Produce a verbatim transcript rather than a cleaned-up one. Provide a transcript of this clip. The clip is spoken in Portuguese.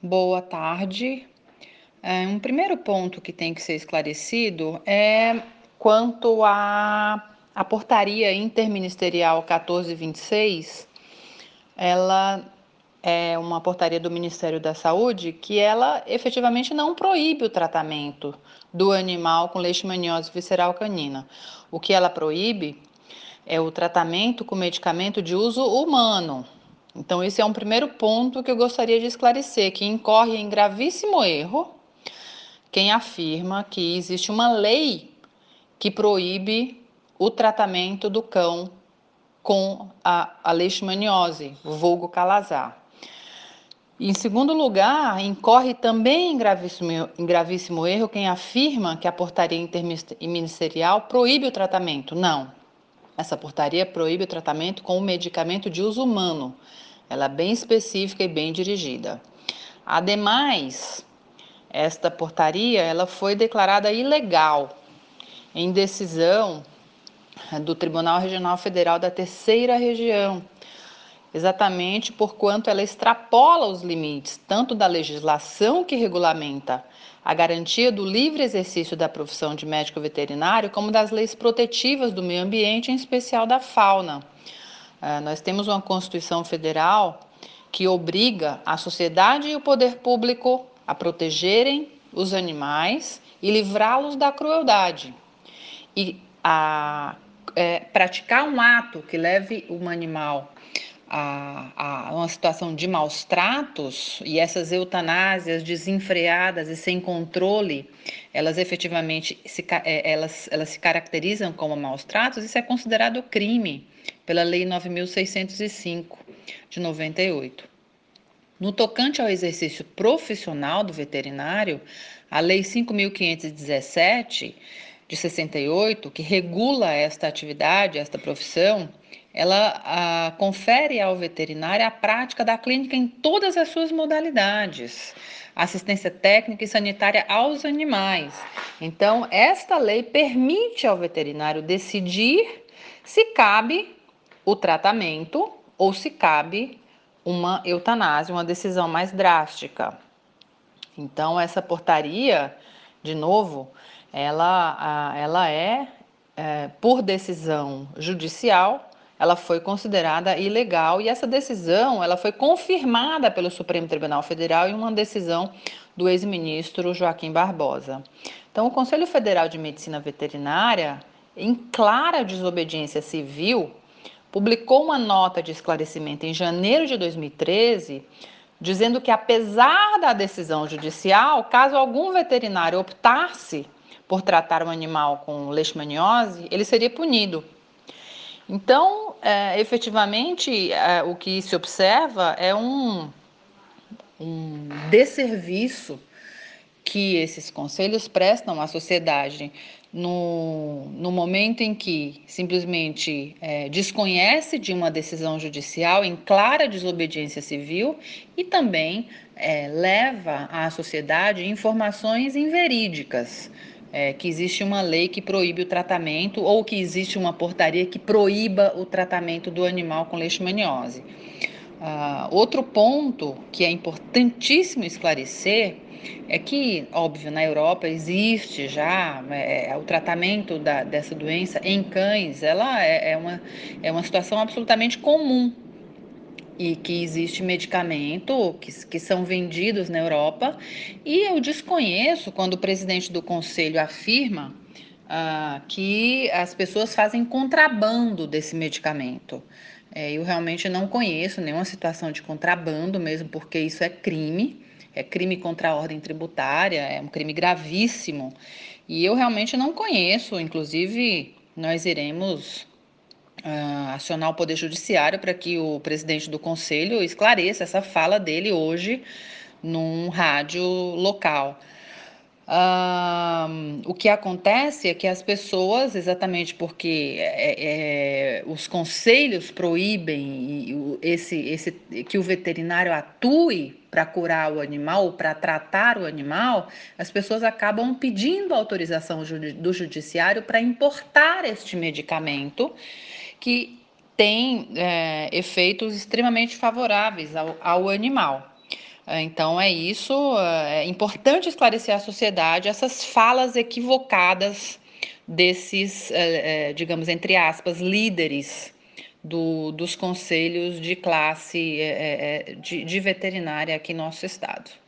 Boa tarde. É, um primeiro ponto que tem que ser esclarecido é quanto à, à portaria interministerial quatorze vinte e seis. Ela é uma portaria do Ministério da Saúde que ela efetivamente não proíbe o tratamento do animal com leishmaniose visceral canina. O que ela proíbe é o tratamento com medicamento de uso humano. Então, esse é um primeiro ponto que eu gostaria de esclarecer, que incorre em gravíssimo erro quem afirma que existe uma lei que proíbe o tratamento do cão com a, a leishmaniose, vulgo calazar. Em segundo lugar, incorre também em gravíssimo, em gravíssimo erro quem afirma que a portaria interministerial proíbe o tratamento. Não, essa portaria proíbe o tratamento com o medicamento de uso humano. Ela é bem específica e bem dirigida. Ademais, esta portaria ela foi declarada ilegal em decisão do Tribunal Regional Federal da Terceira Região, exatamente por quanto ela extrapola os limites tanto da legislação que regulamenta a garantia do livre exercício da profissão de médico veterinário, como das leis protetivas do meio ambiente, em especial da fauna. Uh, nós temos uma Constituição Federal que obriga a sociedade e o poder público a protegerem os animais e livrá-los da crueldade. E a é, praticar um ato que leve um animal a, a uma situação de maus tratos, e essas eutanásias desenfreadas e sem controle, elas efetivamente se, elas, elas se caracterizam como maus tratos, isso é considerado crime pela Lei nove mil seiscentos e cinco, de noventa e oito. No tocante ao exercício profissional do veterinário, a Lei cinco mil quinhentos e dezessete, de sessenta e oito, que regula esta atividade, esta profissão, ela a, confere ao veterinário a prática da clínica em todas as suas modalidades, assistência técnica e sanitária aos animais. Então, esta lei permite ao veterinário decidir se cabe o tratamento ou se cabe uma eutanásia, uma decisão mais drástica. Então, essa portaria, de novo, ela, ela é, é, por decisão judicial, ela foi considerada ilegal e essa decisão ela foi confirmada pelo Supremo Tribunal Federal em uma decisão do ex-ministro Joaquim Barbosa. Então, o Conselho Federal de Medicina Veterinária, em clara desobediência civil, publicou uma nota de esclarecimento em janeiro de dois mil e treze, dizendo que, apesar da decisão judicial, caso algum veterinário optasse por tratar um animal com leishmaniose, ele seria punido. Então, é, efetivamente, é, o que se observa é um, um desserviço que esses conselhos prestam à sociedade no, no momento em que simplesmente é, desconhece de uma decisão judicial em clara desobediência civil e também é, leva à sociedade informações inverídicas, é, que existe uma lei que proíbe o tratamento ou que existe uma portaria que proíba o tratamento do animal com leishmaniose. Uh, outro ponto que é importantíssimo esclarecer é que, óbvio, na Europa existe já é, o tratamento da, dessa doença em cães, ela é, é, uma, é uma situação absolutamente comum e que existe medicamento que, que são vendidos na Europa e eu desconheço quando o presidente do conselho afirma uh, que as pessoas fazem contrabando desse medicamento. É, eu realmente não conheço nenhuma situação de contrabando, mesmo porque isso é crime, é crime contra a ordem tributária, é um crime gravíssimo. E eu realmente não conheço, inclusive nós iremos uh, acionar o Poder Judiciário para que o presidente do Conselho esclareça essa fala dele hoje num rádio local. Uh, o que acontece é que as pessoas, exatamente porque é, é, os conselhos proíbem esse, esse, que o veterinário atue para curar o animal ou para tratar o animal, as pessoas acabam pedindo autorização do judiciário para importar este medicamento que tem é, efeitos extremamente favoráveis ao, ao animal. Então é isso, é importante esclarecer à sociedade essas falas equivocadas desses, eh, eh, digamos, entre aspas, líderes do, dos conselhos de classe eh, eh, de, de veterinária aqui no nosso estado.